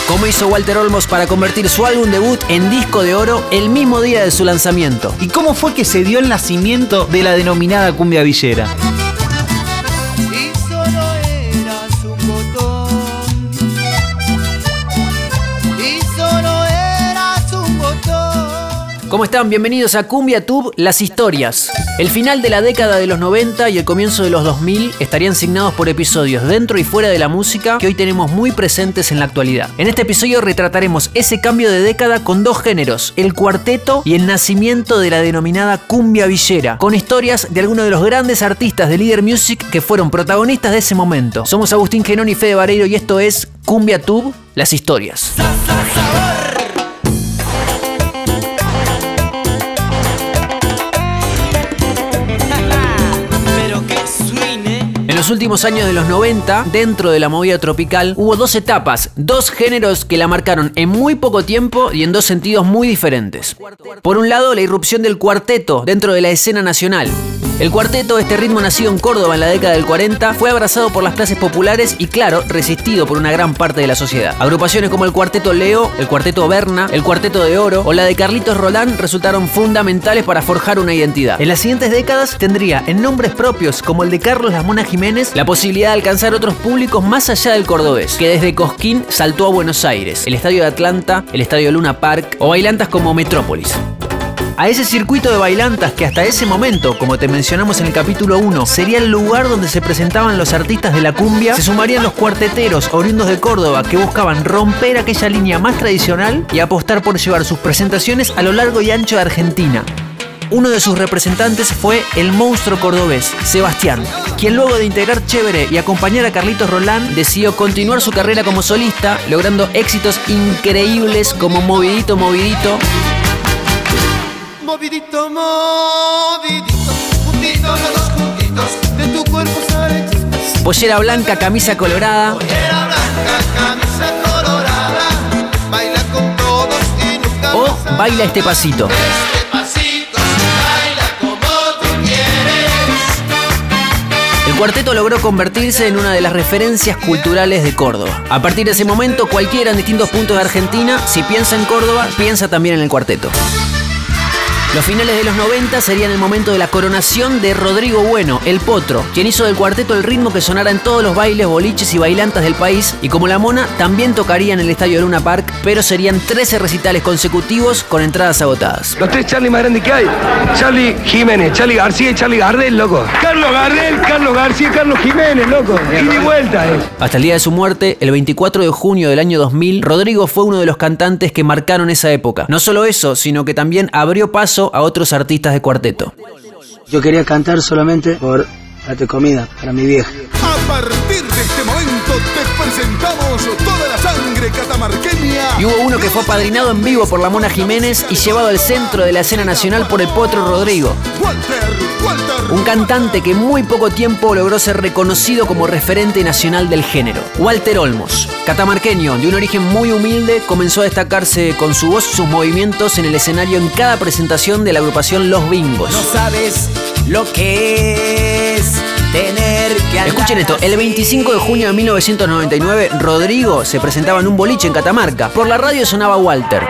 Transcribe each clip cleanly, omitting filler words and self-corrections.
como hizo Walter Olmos para convertir su álbum debut en disco de oro el mismo día de su lanzamiento. ¿Y cómo fue que se dio el nacimiento de la denominada cumbia villera? ¿Cómo están? Bienvenidos a Cumbia Tube, las historias. El final de la década de los 90 y el comienzo de los 2000 estarían signados por episodios dentro y fuera de la música que hoy tenemos muy presentes en la actualidad. En este episodio retrataremos ese cambio de década con dos géneros, el cuarteto y el nacimiento de la denominada cumbia villera, con historias de algunos de los grandes artistas de Líder Music que fueron protagonistas de ese momento. Somos Agustín Genón y Fede Vareiro y esto es Cumbia Tube, las historias. En los últimos años de los 90, dentro de la movida tropical, hubo dos etapas, dos géneros que la marcaron en muy poco tiempo y en dos sentidos muy diferentes. Por un lado, la irrupción del cuarteto dentro de la escena nacional. El cuarteto, este ritmo nacido en Córdoba en la década del 40, fue abrazado por las clases populares y, claro, resistido por una gran parte de la sociedad. Agrupaciones como el Cuarteto Leo, el Cuarteto Berna, el Cuarteto de Oro o la de Carlitos Roland resultaron fundamentales para forjar una identidad. En las siguientes décadas tendría en nombres propios como el de Carlos Las Mona Jiménez la posibilidad de alcanzar otros públicos más allá del cordobés, que desde Cosquín saltó a Buenos Aires, el Estadio de Atlanta, el Estadio Luna Park o bailantas como Metrópolis. A ese circuito de bailantas que hasta ese momento, como te mencionamos en el capítulo 1, sería el lugar donde se presentaban los artistas de la cumbia, se sumarían los cuarteteros oriundos de Córdoba que buscaban romper aquella línea más tradicional y apostar por llevar sus presentaciones a lo largo y ancho de Argentina. Uno de sus representantes fue el monstruo cordobés, Sebastián, quien luego de integrar Chévere y acompañar a Carlitos Roland, decidió continuar su carrera como solista, logrando éxitos increíbles como Movidito, Movidito, Movidito, movidito, juntitos los dos juntitos, de tu cuerpo sale chispacito. Pollera Blanca, Camisa Colorada, Pollera blanca, camisa colorada, baila con todos y nunca o más. Baila este pasito. Este pasito, baila como tú quieres. El cuarteto logró convertirse en una de las referencias culturales de Córdoba. A partir de ese momento, cualquiera en distintos puntos de Argentina, si piensa en Córdoba, piensa también en el cuarteto. Los finales de los 90 serían el momento de la coronación de Rodrigo Bueno, el Potro, quien hizo del cuarteto el ritmo que sonara en todos los bailes, boliches y bailantas del país, y como La Mona, también tocaría en el Estadio Luna Park, pero serían 13 recitales consecutivos con entradas agotadas. Los tres Charlie más grandes que hay: Charlie Jiménez, Charlie García y Charlie Gardel, loco. Carlos Gardel, Carlos García y Carlos Jiménez, loco. Y de vuelta, Hasta el día de su muerte, el 24 de junio del año 2000, Rodrigo fue uno de los cantantes que marcaron esa época. No solo eso, sino que también abrió paso a otros artistas de cuarteto. Yo quería cantar solamente por date comida para mi vieja. A partir de este momento te presentamos toda la sangre catamarqueña. Y hubo uno que fue apadrinado en vivo por La Mona Jiménez y llevado al centro de la escena nacional por el Potro Rodrigo. Walter. Un cantante que en muy poco tiempo logró ser reconocido como referente nacional del género. Walter Olmos, catamarqueño, de un origen muy humilde, comenzó a destacarse con su voz y sus movimientos en el escenario en cada presentación de la agrupación Los Bingos. No sabes lo que es tener que andar. Escuchen esto, el 25 de junio de 1999, Rodrigo se presentaba en un boliche en Catamarca. Por la radio sonaba Walter.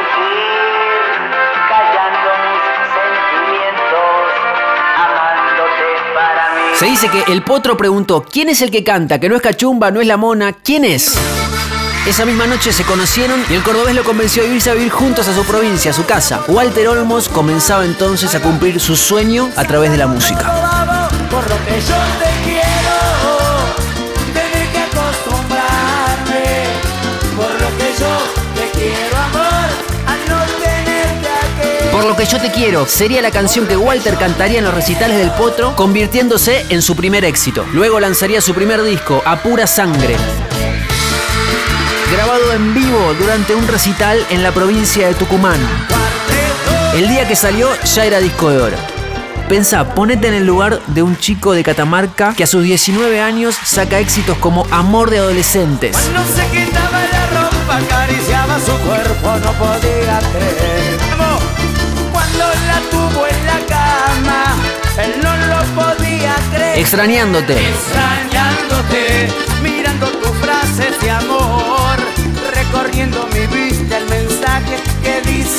Se dice que el Potro preguntó, ¿quién es el que canta? Que no es Cachumba, no es La Mona, ¿quién es? Esa misma noche se conocieron y el cordobés lo convenció de irse a vivir juntos a su provincia, a su casa. Walter Olmos comenzaba entonces a cumplir su sueño a través de la música. Por lo que yo te quiero, tener que acostumbrarme. Por lo que yo te quiero, amor, a no tenerte aquí. Por lo que yo te quiero sería la canción que Walter cantaría en los recitales del Potro, convirtiéndose en su primer éxito. Luego lanzaría su primer disco, A Pura Sangre, grabado en vivo durante un recital en la provincia de Tucumán. El día que salió ya era disco de oro. Pensá, ponete en el lugar de un chico de Catamarca que a sus 19 años saca éxitos como Amor de Adolescentes. Cuando se quitaba la ropa, acariciaba su cuerpo, no podía creer. Cuando la tuvo en la cama, él no lo podía creer. Extrañándote, mirando tus frases de amor, recordando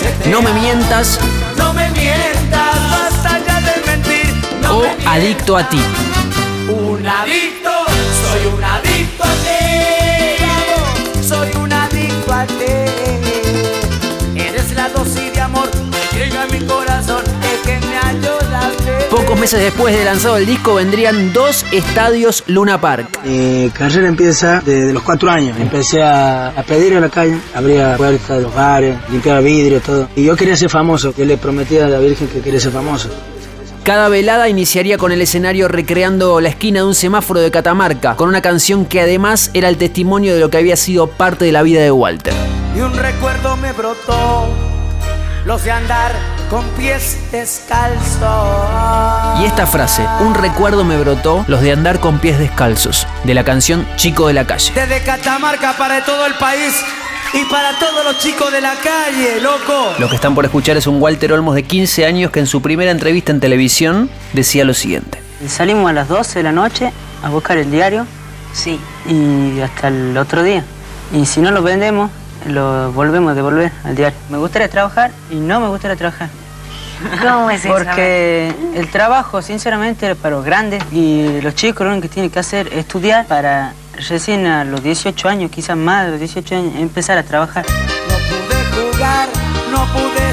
No me mientas No me mientas, basta ya de mentir. No o me mientas. Adicto a ti. Un adicto, soy un adicto a ti. Soy un adicto a ti. Eres la dosis de amor que llega a mi corazón, es que me ayuda a ver. Pocos meses después de lanzado el disco vendrían 2 estadios Luna Park. Mi carrera empieza desde los 4 años. Empecé a pedir en la calle, abría puertas de los bares, limpiaba vidrio, todo. Y yo quería ser famoso. Yo le prometí a la Virgen que quería ser famoso. Cada velada iniciaría con el escenario recreando la esquina de un semáforo de Catamarca, con una canción que además era el testimonio de lo que había sido parte de la vida de Walter. Y un recuerdo me brotó, los de andar con pies descalzos. Y esta frase, un recuerdo me brotó, los de andar con pies descalzos, de la canción Chico de la Calle. Desde Catamarca para todo el país y para todos los chicos de la calle, loco. Lo que están por escuchar es un Walter Olmos de 15 años que en su primera entrevista en televisión decía lo siguiente. Salimos a las 12 de la noche a buscar el diario. Sí. Y hasta el otro día. Y si no lo vendemos, lo volvemos a devolver al diario. Me gustaría trabajar y no me gustaría trabajar. ¿Cómo es eso? Porque el trabajo, sinceramente, es para los grandes y los chicos lo único que tienen que hacer es estudiar para recién a los 18 años, quizás más de los 18 años, empezar a trabajar. No pude jugar, no pude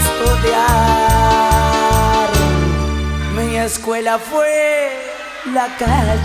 estudiar. Mi escuela fue la calle.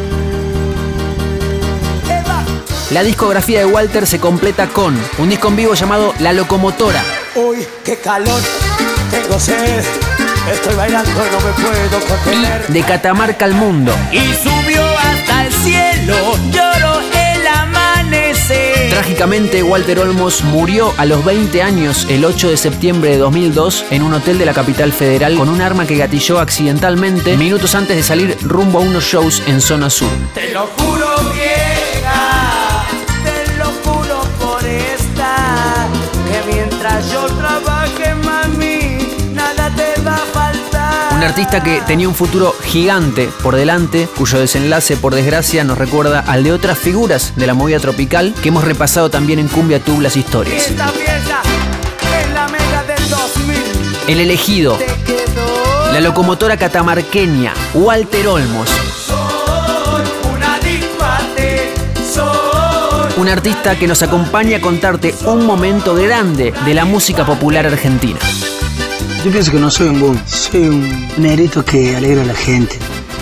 Eva. La discografía de Walter se completa con un disco en vivo llamado La Locomotora. Uy, qué calor, tengo sed, estoy bailando y no me puedo contener. De Catamarca al Mundo. Y subió hasta el cielo, lloró el amanecer. Trágicamente, Walter Olmos murió a los 20 años el 8 de septiembre de 2002 en un hotel de la capital federal con un arma que gatilló accidentalmente minutos antes de salir rumbo a unos shows en zona sur. Te lo juro, vieja, te lo juro por esta, que mientras yo trabaje, mami, nada te va a faltar. Un artista que tenía un futuro gigante por delante, cuyo desenlace, por desgracia, nos recuerda al de otras figuras de la movida tropical que hemos repasado también en Cumbia Tube las historias. Esta pieza es la mega del 2000. El Elegido, Te quedó. La Locomotora Catamarqueña, Walter Olmos. Soy un adicto a ti, soy. Un artista que nos acompaña a contarte un momento grande de la música popular argentina. Yo pienso que no soy un boom, soy un negrito que alegra a la gente.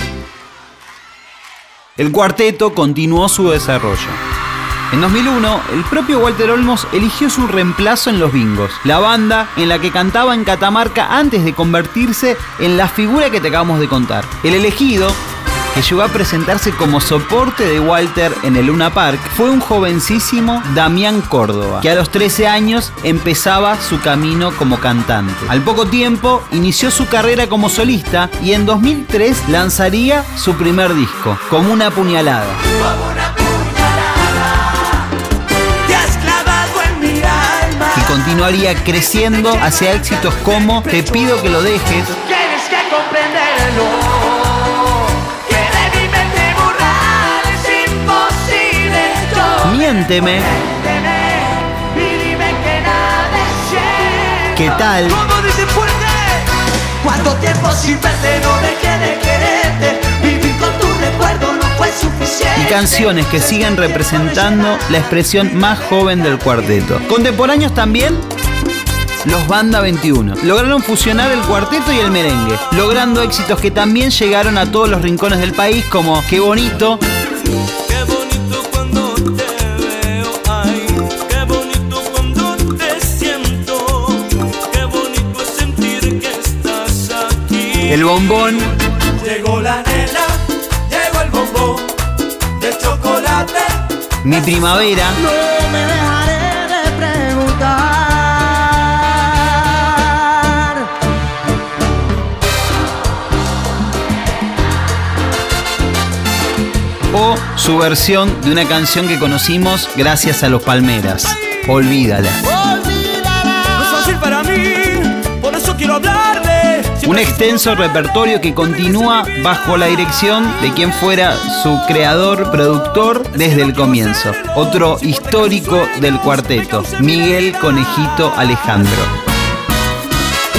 El cuarteto continuó su desarrollo. En 2001, el propio Walter Olmos eligió su reemplazo en Los Bingos, la banda en la que cantaba en Catamarca antes de convertirse en la figura que te acabamos de contar. El Elegido, que llegó a presentarse como soporte de Walter en el Luna Park, fue un jovencísimo Damián Córdoba, que a los 13 años empezaba su camino como cantante. Al poco tiempo inició su carrera como solista y en 2003 lanzaría su primer disco, Como una puñalada. Como una puñalada, te has clavado en mi alma. Y continuaría creciendo hacia éxitos como Te pido que lo dejes, Tienes que comprenderlo. Miénteme, Y dime que nada es cierto. ¿qué tal? ¿Cómo dice fuerte? ¿Cuánto tiempo sin verte no dejé de quererte? Vivir con tu recuerdo no fue suficiente. Y canciones que siguen representando la expresión más joven del cuarteto. Contemporáneos también, los Banda 21. Lograron fusionar el cuarteto y el merengue, logrando éxitos que también llegaron a todos los rincones del país como Qué bonito, El Bombón, Llegó la nena, llegó el bombón de chocolate. Mi Primavera, No me dejaré de preguntar. o su versión de una canción que conocimos gracias a los Palmeras, Olvídala. Olvídala. No es fácil para mí, por eso quiero hablarle. Un extenso repertorio que continúa bajo la dirección de quien fuera su creador, productor desde el comienzo. Otro histórico del cuarteto, Miguel Conejito Alejandro.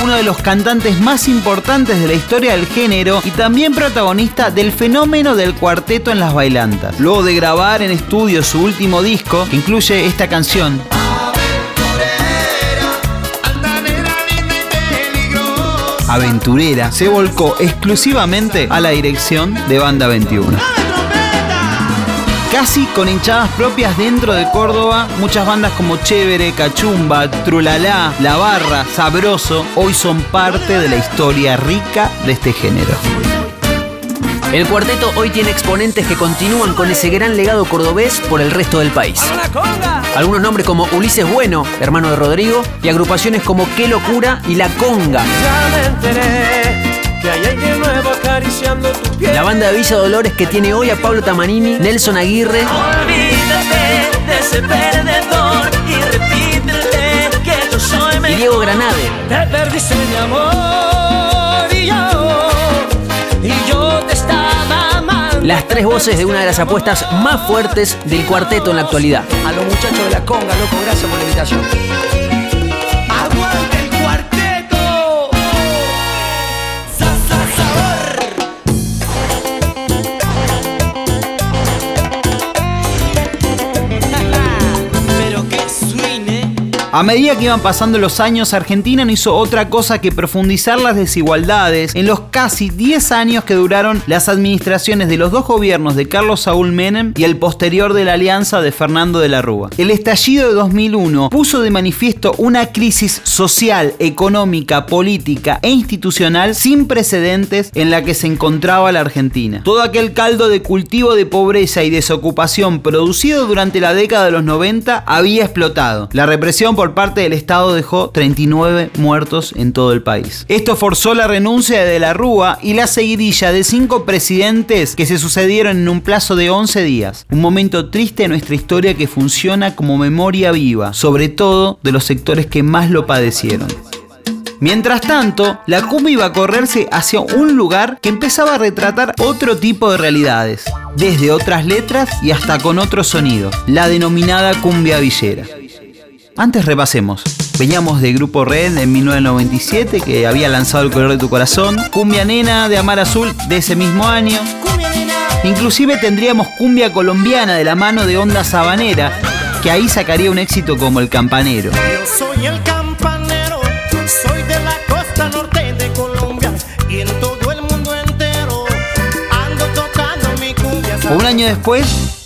uno de los cantantes más importantes de la historia del género y también protagonista del fenómeno del cuarteto en las bailantas. Luego de grabar en estudio su último disco, que incluye esta canción, Aventurera, se volcó exclusivamente a la dirección de Banda 21. Casi con hinchadas propias dentro de Córdoba, muchas bandas como Chévere, Cachumba, Trulalá, La Barra, Sabroso, hoy son parte de la historia rica de este género. El cuarteto hoy tiene exponentes que continúan con ese gran legado cordobés por el resto del país. Algunos nombres como Ulises Bueno, hermano de Rodrigo, y agrupaciones como Qué Locura y La Conga. La banda de Villa Dolores que tiene hoy a Pablo Tamanini, Nelson Aguirre. Olvídate de ese perdedor y repítete que yo soy mejor. Y Diego Granade. Te perdiste mi amor y yo te estaba amando. Las tres voces de una de las apuestas más fuertes del cuarteto en la actualidad. A los muchachos de La Conga, loco, gracias por la invitación. ¡Aguante el cuarteto! ¡Sabor! Pero que suene. A medida que iban pasando los años, Argentina no hizo otra cosa que profundizar las desigualdades en los casi 10 años que duraron las administraciones de los dos gobiernos de Carlos Saúl Menem y el posterior de la alianza de Fernando de la Rúa. El estallido de 2001 puso de manifiesto una crisis social, económica, política e institucional sin precedentes en la que se encontraba la Argentina. Todo aquel caldo de cultivo de pobreza y desocupación producido durante la década de los 90 había explotado. La represión por parte del Estado dejó 39 muertos en todo el país. Esto forzó la renuncia de la Rúa y la seguidilla de 5 presidentes que se sucedieron en un plazo de 11 días. Un momento triste en nuestra historia que funciona como memoria viva, sobre todo de los sectores que más lo padecieron. Mientras tanto, la cumbia iba a correrse hacia un lugar que empezaba a retratar otro tipo de realidades, desde otras letras y hasta con otro sonido, la denominada cumbia villera. Antes repasemos. Veníamos de Grupo Red en 1997, que había lanzado El Color de tu Corazón, Cumbia Nena de Amar Azul de ese mismo año. Inclusive tendríamos cumbia colombiana de la mano de Onda Sabanera, que ahí sacaría un éxito como El Campanero. Yo soy el campanero, soy de la costa norte de Colombia y en todo el mundo entero ando tocando mi cumbia. Un año después,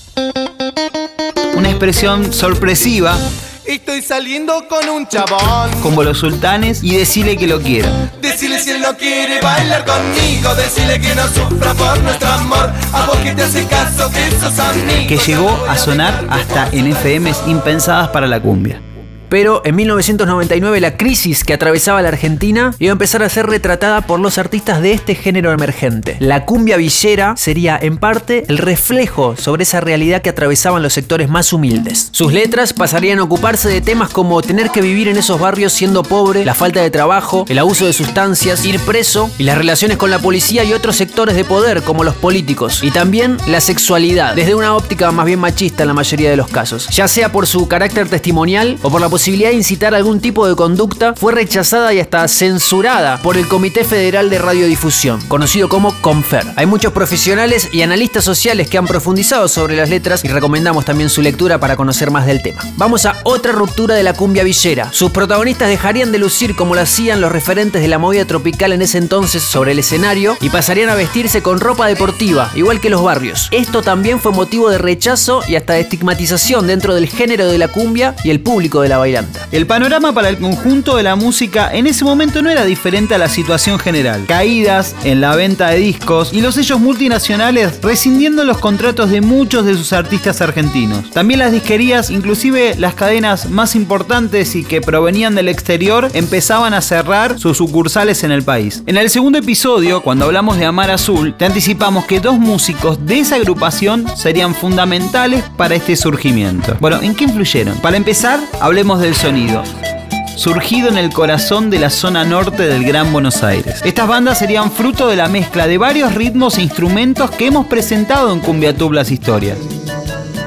una expresión sorpresiva, Estoy saliendo con un chabón, como Los Sultanes y Decile que lo quiero. decile si él no quiere bailar conmigo, decile que no sufra por nuestro amor, a vos que te hace caso que sos amigo. Que llegó a sonar hasta en FMs impensadas para la cumbia. Pero en 1999 la crisis que atravesaba la Argentina iba a empezar a ser retratada por los artistas de este género emergente. La cumbia villera sería en parte el reflejo sobre esa realidad que atravesaban los sectores más humildes. Sus letras pasarían a ocuparse de temas como tener que vivir en esos barrios siendo pobre, la falta de trabajo, el abuso de sustancias, ir preso y las relaciones con la policía y otros sectores de poder como los políticos. Y también la sexualidad, desde una óptica más bien machista en la mayoría de los casos. Ya sea por su carácter testimonial o por la posibilidad de incitar algún tipo de conducta, fue rechazada y hasta censurada por el Comité Federal de Radiodifusión, conocido como CONFER. Hay muchos profesionales y analistas sociales que han profundizado sobre las letras y recomendamos también su lectura para conocer más del tema. Vamos a otra ruptura de la cumbia villera. Sus protagonistas dejarían de lucir como lo hacían los referentes de la movida tropical en ese entonces sobre el escenario y pasarían a vestirse con ropa deportiva, igual que los barrios. Esto también fue motivo de rechazo y hasta de estigmatización dentro del género de la cumbia y el público de la bailanta. El panorama para el conjunto de la música en ese momento no era diferente a la situación general. Caídas en la venta de discos y los sellos multinacionales rescindiendo los contratos de muchos de sus artistas argentinos. También las disquerías, inclusive las cadenas más importantes y que provenían del exterior, empezaban a cerrar sus sucursales en el país. En el segundo episodio, cuando hablamos de Amar Azul, te anticipamos que 2 músicos de esa agrupación serían fundamentales para este surgimiento. Bueno, ¿en qué influyeron? Para empezar, hablemos del sonido, surgido en el corazón de la zona norte del Gran Buenos Aires. Estas bandas serían fruto de la mezcla de varios ritmos e instrumentos que hemos presentado en Cumbiatub Las Historias.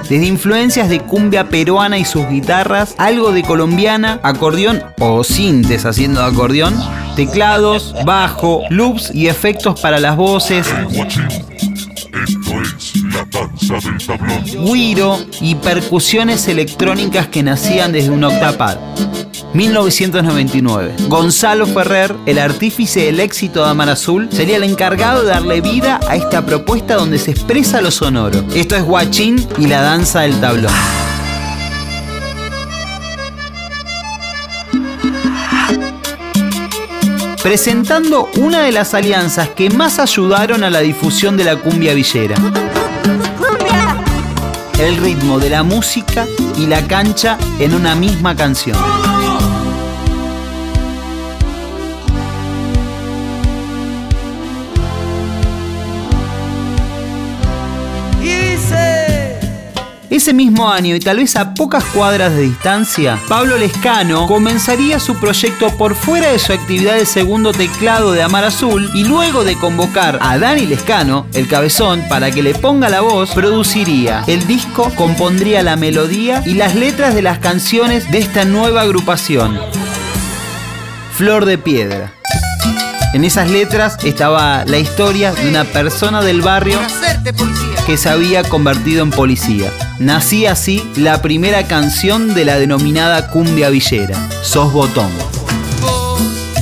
desde influencias de cumbia peruana y sus guitarras, algo de colombiana, acordeón o sintes haciendo de acordeón, teclados, bajo, loops y efectos para las voces, güiro y percusiones electrónicas que nacían desde un octapad. 1999. Gonzalo Ferrer, el artífice del éxito de Amar Azul, sería el encargado de darle vida a esta propuesta donde se expresa lo sonoro. Esto es Guachín y la danza del tablón. Presentando una de las alianzas que más ayudaron a la difusión de la cumbia villera. El ritmo de la música y la cancha en una misma canción. Ese mismo año y tal vez a pocas cuadras de distancia, Pablo Lescano comenzaría su proyecto por fuera de su actividad de segundo teclado de Amar Azul y luego de convocar a Dani Lescano, el cabezón, para que le ponga la voz, produciría el disco, compondría la melodía y las letras de las canciones de esta nueva agrupación. Flor de Piedra. En esas letras estaba la historia de una persona del barrio que se había convertido en policía. Nacía así la primera canción de la denominada cumbia villera, Sos Botón. Vos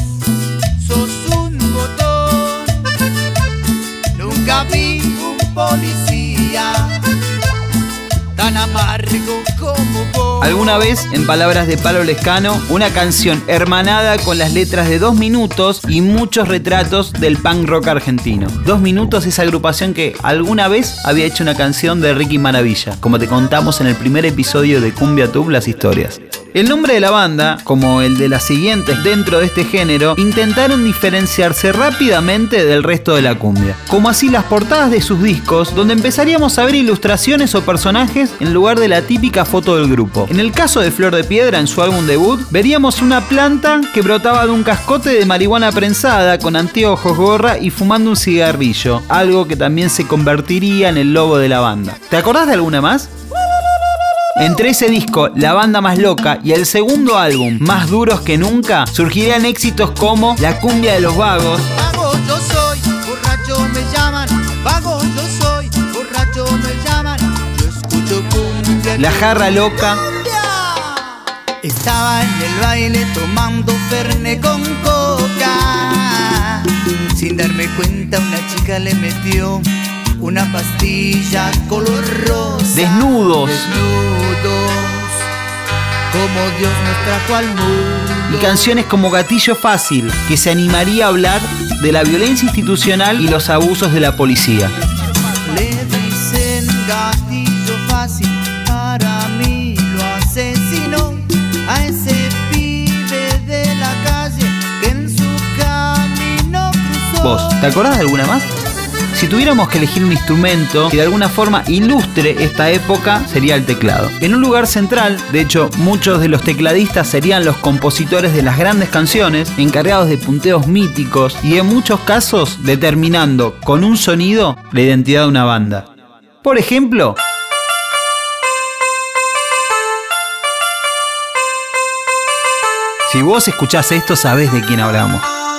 sos un botón, nunca vi un policía tan amargo como vos. Alguna vez, en palabras de Pablo Lescano, una canción hermanada con las letras de 2 Minutos y muchos retratos del punk rock argentino. 2 Minutos, esa agrupación que alguna vez había hecho una canción de Ricky Maravilla, como te contamos en el primer episodio de Cumbia Tube Las Historias. El nombre de la banda, como el de las siguientes dentro de este género, intentaron diferenciarse rápidamente del resto de la cumbia. Como así las portadas de sus discos, donde empezaríamos a ver ilustraciones o personajes en lugar de la típica foto del grupo. En el caso de Flor de Piedra, en su álbum debut, veríamos una planta que brotaba de un cascote de marihuana prensada, con anteojos, gorra y fumando un cigarrillo, algo que también se convertiría en el logo de la banda. ¿Te acordás de alguna más? Entre ese disco, La Banda Más Loca, y el segundo álbum, Más Duros que Nunca, surgirían éxitos como La Cumbia de los Vagos, Vago yo soy, borracho me llaman, vago yo soy, borracho me llaman, yo escucho cumbia. La Jarra Loca, Estaba en el baile tomando Fernet con coca. Sin darme cuenta una chica le metió una pastilla color rosa. Desnudos, como Dios nos trajo al mundo. y canciones como Gatillo Fácil, que se animaría a hablar de la violencia institucional y los abusos de la policía. Le dicen gatillo fácil, para mí lo asesinó a ese pibe de la calle que en su camino cruzó. ¿Vos, te acordás de alguna más? Si tuviéramos que elegir un instrumento que de alguna forma ilustre esta época, sería el teclado. En un lugar central, de hecho, muchos de los tecladistas serían los compositores de las grandes canciones, encargados de punteos míticos y en muchos casos determinando con un sonido la identidad de una banda. Por ejemplo, si vos escuchás esto, sabés de quién hablamos.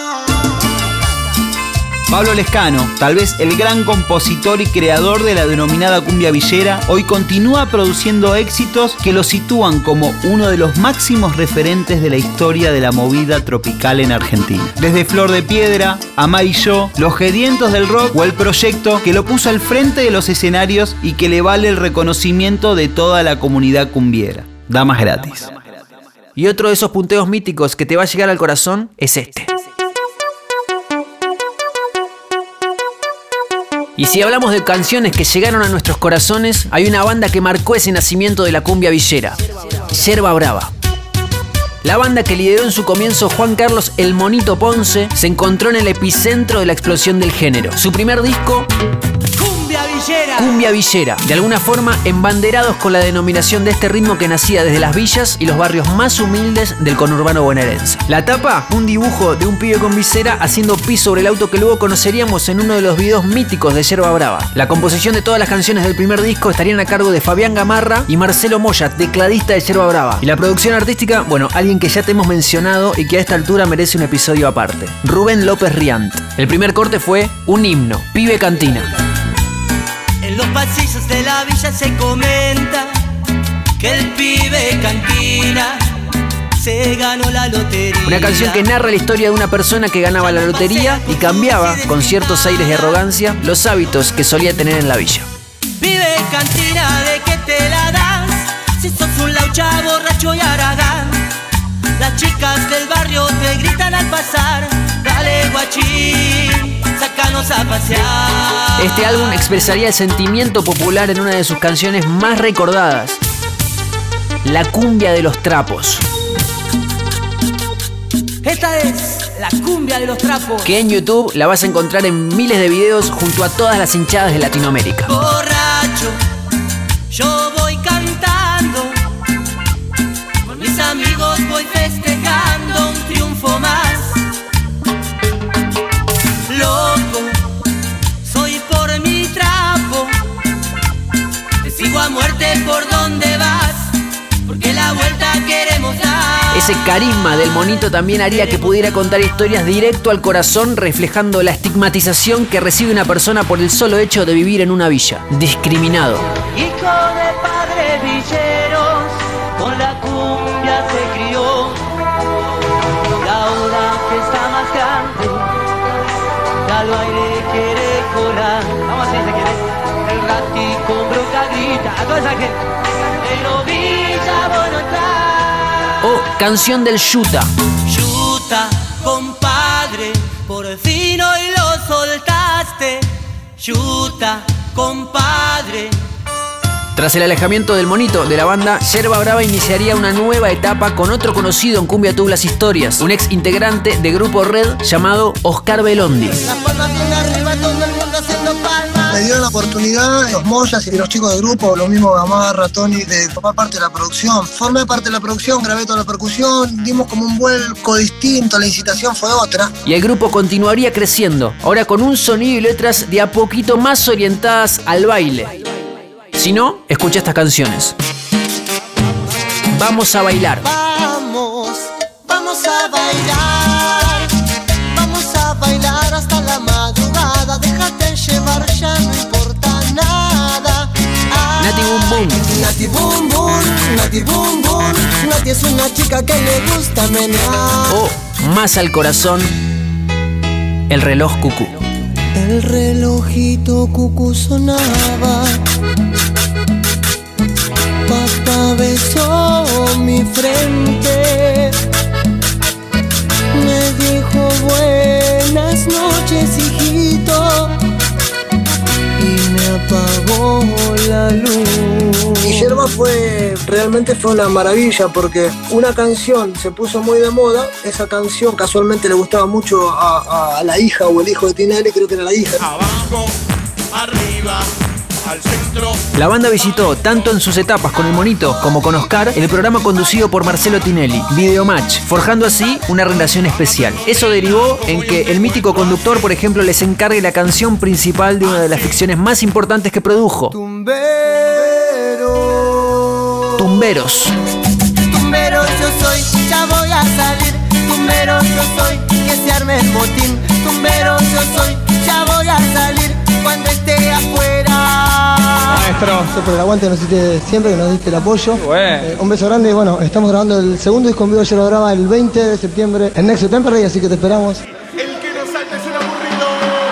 Pablo Lescano, tal vez el gran compositor y creador de la denominada cumbia villera, hoy continúa produciendo éxitos que lo sitúan como uno de los máximos referentes de la historia de la movida tropical en Argentina. Desde Flor de Piedra, Amar y Yo, Los Gedientos del Rock o el proyecto que lo puso al frente de los escenarios y que le vale el reconocimiento de toda la comunidad cumbiera. Damas gratis. Y otro de esos punteos míticos que te va a llegar al corazón es este. Y si hablamos de canciones que llegaron a nuestros corazones, hay una banda que marcó ese nacimiento de la cumbia villera, Yerba Brava. La banda que lideró en su comienzo Juan Carlos El Monito Ponce se encontró en el epicentro de la explosión del género. Su primer disco cumbia villera. Cumbia villera, de alguna forma embanderados con la denominación de este ritmo que nacía desde las villas y los barrios más humildes del conurbano bonaerense. La tapa, un dibujo de un pibe con visera haciendo pis sobre el auto que luego conoceríamos en uno de los videos míticos de Yerba Brava. La composición de todas las canciones del primer disco estarían a cargo de Fabián Gamarra y Marcelo Moya, tecladista de Yerba Brava. Y la producción artística, bueno, alguien que ya te hemos mencionado y que a esta altura merece un episodio aparte: Rubén López Riant. El primer corte fue un himno, Pibe Cantina. En los pasillos de la villa se comenta que el pibe cantina se ganó la lotería. Una canción que narra la historia de una persona que ganaba la lotería y cambiaba, con ciertos aires de arrogancia, los hábitos que solía tener en la villa. Pibe cantina, ¿de qué te la das? Si sos un laucha borracho y aragán. Las chicas del barrio te gritan al pasar: dale guachín, sácanos a pasear. Este álbum expresaría el sentimiento popular en una de sus canciones más recordadas: La cumbia de los trapos. Esta es la cumbia de los trapos, que en YouTube la vas a encontrar en miles de videos junto a todas las hinchadas de Latinoamérica. Borracho, yo voy cantando, con mis amigos voy festejando un triunfo más. Loco, soy por mi trapo, te sigo a muerte por donde vas, porque la vuelta queremos dar. Ese carisma del monito también haría que pudiera contar historias directo al corazón, reflejando la estigmatización que recibe una persona por el solo hecho de vivir en una villa. Discriminado. Hijo de padres villeros, con la cumbia se crió. Y ahora que está más grande, ya lo aire quiere colar. Vamos a decir, ¿qué? El rati con broca grita a toda esa gente: pero villa, bueno está. O Canción del Yuta. Yuta, compadre, por fin hoy lo soltaste. Yuta, compadre. Tras el alejamiento del monito de la banda, Yerba Brava iniciaría una nueva etapa con otro conocido en Cumbia Tuve las Historias, un ex integrante de Grupo Red llamado Oscar Belondi. Las palmas bien arriba, todo el mundo haciendo palmas. Me dieron la oportunidad los Moyas y los chicos del grupo, lo mismo Gamarra, Tony, de formar parte de la producción. Formé parte de la producción, grabé toda la percusión, dimos como un vuelco distinto, la incitación fue otra. Y el grupo continuaría creciendo, ahora con un sonido y letras de a poquito más orientadas al baile. Si no, escucha estas canciones. Vamos a bailar. Vamos a bailar. Vamos a bailar hasta la madrugada. Déjate llevar, ya no importa nada. Nati Boom Boom. Nati Boom Boom, Nati Boom Boom. Nati es una chica que le gusta menear. O más al corazón, el reloj cucú. El relojito cucú sonaba. Papá besó mi frente, me dijo buenas noches, hijito, y me apagó la luz. Y Yerba realmente fue una maravilla porque una canción se puso muy de moda, esa canción casualmente le gustaba mucho a la hija o el hijo de Tinelli, creo que era la hija. Abajo, arriba, al centro. La banda visitó, tanto en sus etapas con el monito como con Oscar, el programa conducido por Marcelo Tinelli, Videomatch, forjando así una relación especial. Eso derivó en que el mítico conductor, por ejemplo, les encargue la canción principal de una de las ficciones más importantes que produjo: Tumberos. Tumberos yo soy, ya voy a salir. Tumberos yo soy, que se arme el motín. Tumberos yo soy, ya voy a salir cuando esté afuera. Maestro, por el aguante nos hiciste siempre, que nos diste el apoyo. Un beso grande. Bueno, estamos grabando el segundo disco en vivo de Yerba Brava el 20 de septiembre en Nexo Temperley, así que te esperamos. El que no salta es un aburrido.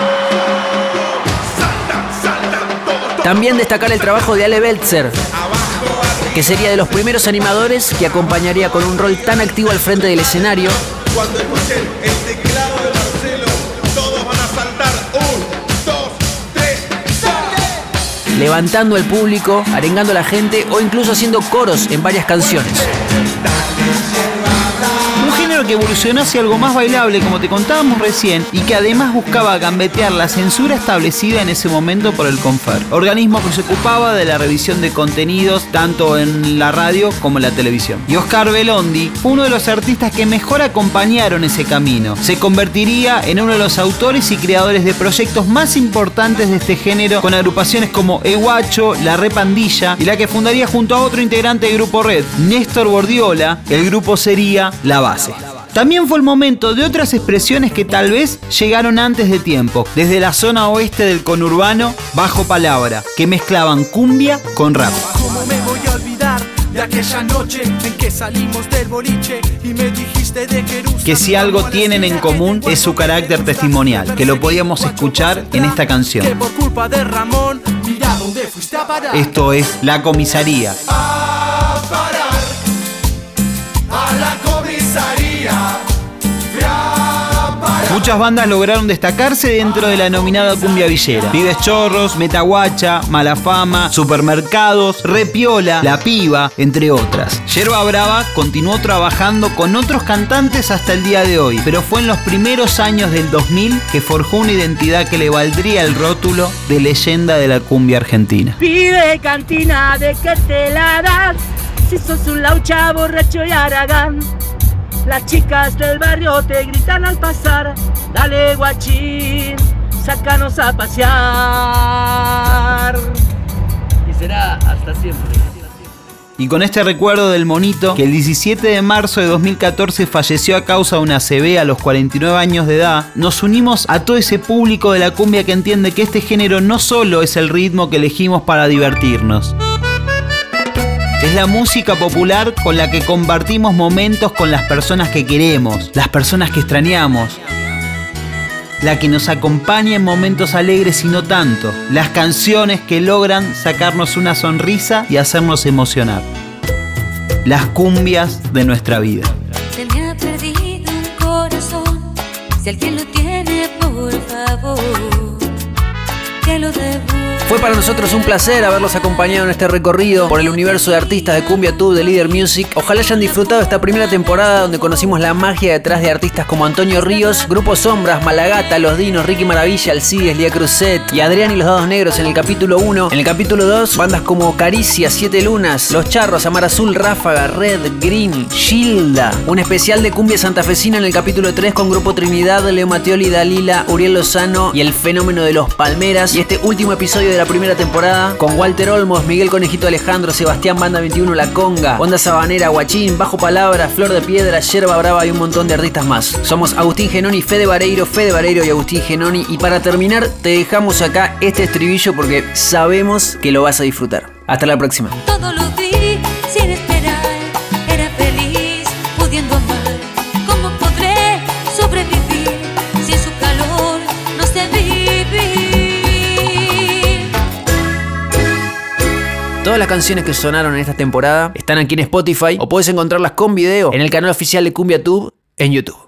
Salta, También destacar el trabajo de Ale Beltzer, que sería de los primeros animadores que acompañaría con un rol tan activo al frente del escenario. Cuando escuchen el teclado de Marcelo, todos van a saltar. 1, 2, 3, ¡salte! Levantando al público, arengando a la gente o incluso haciendo coros en varias canciones. Un género que evolucionó hacia algo más bailable, como te contábamos recién, y que además buscaba gambetear la censura establecida en ese momento por el Confer, organismo que se ocupaba de la revisión de contenidos tanto en la radio como en la televisión. Y Oscar Belondi fue uno de los artistas que mejor acompañaron ese camino. Se convertiría en uno de los autores y creadores de proyectos más importantes de este género, con agrupaciones como Eguacho, La Repandilla, y la que fundaría junto a otro integrante del grupo Red, Néstor Bordiola. El grupo sería La Base. También fue el momento de otras expresiones que tal vez llegaron antes de tiempo, desde la zona oeste del conurbano, Bajo Palabra, que mezclaban cumbia con rap. ¿Cómo me voy a olvidar de aquella noche en que salimos del boliche y me dijiste de Jerusalén? Que si algo tienen en común es su carácter testimonial, que lo podíamos escuchar en esta canción. Que por culpa de Ramón, mira dónde fuiste a parar. Esto es La Comisaría. A parar a la comisaría. Muchas bandas lograron destacarse dentro de la denominada cumbia villera. Pibes Chorros, Metaguacha, Mala Fama, Supermercados, Repiola, La Piba, entre otras. Yerba Brava continuó trabajando con otros cantantes hasta el día de hoy, pero fue en los primeros años del 2000 que forjó una identidad que le valdría el rótulo de leyenda de la cumbia argentina. Pibe cantina, ¿de qué te la das? Si sos un laucha, borracho y haragán. Las chicas del barrio te gritan al pasar, dale guachín, sácanos a pasear. Y será hasta siempre. Y con este recuerdo del monito, que el 17 de marzo de 2014 falleció a causa de una ACV a los 49 años de edad, nos unimos a todo ese público de la cumbia que entiende que este género no solo es el ritmo que elegimos para divertirnos. Es la música popular con la que compartimos momentos con las personas que queremos, las personas que extrañamos, la que nos acompaña en momentos alegres y no tanto, las canciones que logran sacarnos una sonrisa y hacernos emocionar, las cumbias de nuestra vida. Se me ha perdido un corazón, si alguien lo tiene, por favor, que lo devuelva. Fue para nosotros un placer haberlos acompañado en este recorrido por el universo de artistas de Cumbia Tube de Líder Music. Ojalá hayan disfrutado esta primera temporada donde conocimos la magia detrás de artistas como Antonio Ríos, Grupo Sombras, Malagata, Los Dinos, Ricky Maravilla, Alcides, Lía Cruzet y Adrián y los Dados Negros en el capítulo 1. En el capítulo 2, bandas como Caricia, Siete Lunas, Los Charros, Amar Azul, Ráfaga, Red, Green, Gilda. Un especial de cumbia santafesina en el capítulo 3 con Grupo Trinidad, Leo Mattioli, Dalila, Uriel Lozano y el fenómeno de Los Palmeras. Y este último episodio de la primera temporada con Walter Olmos, Miguel Conejito Alejandro, Sebastián Banda 21, La Conga, Onda Sabanera, Guachín, Bajo Palabra, Flor de Piedra, Yerba Brava y un montón de artistas más. Somos Agustín Genoni, Fede Vareiro y Agustín Genoni. Y para terminar te dejamos acá este estribillo porque sabemos que lo vas a disfrutar. Hasta la próxima. Todo lo di sin esperar, era feliz pudiendo amar. ¿Cómo podré sobrevivir sin su calor? No sé vivir. Todas las canciones que sonaron en esta temporada están aquí en Spotify o puedes encontrarlas con video en el canal oficial de Cumbia Tube en YouTube.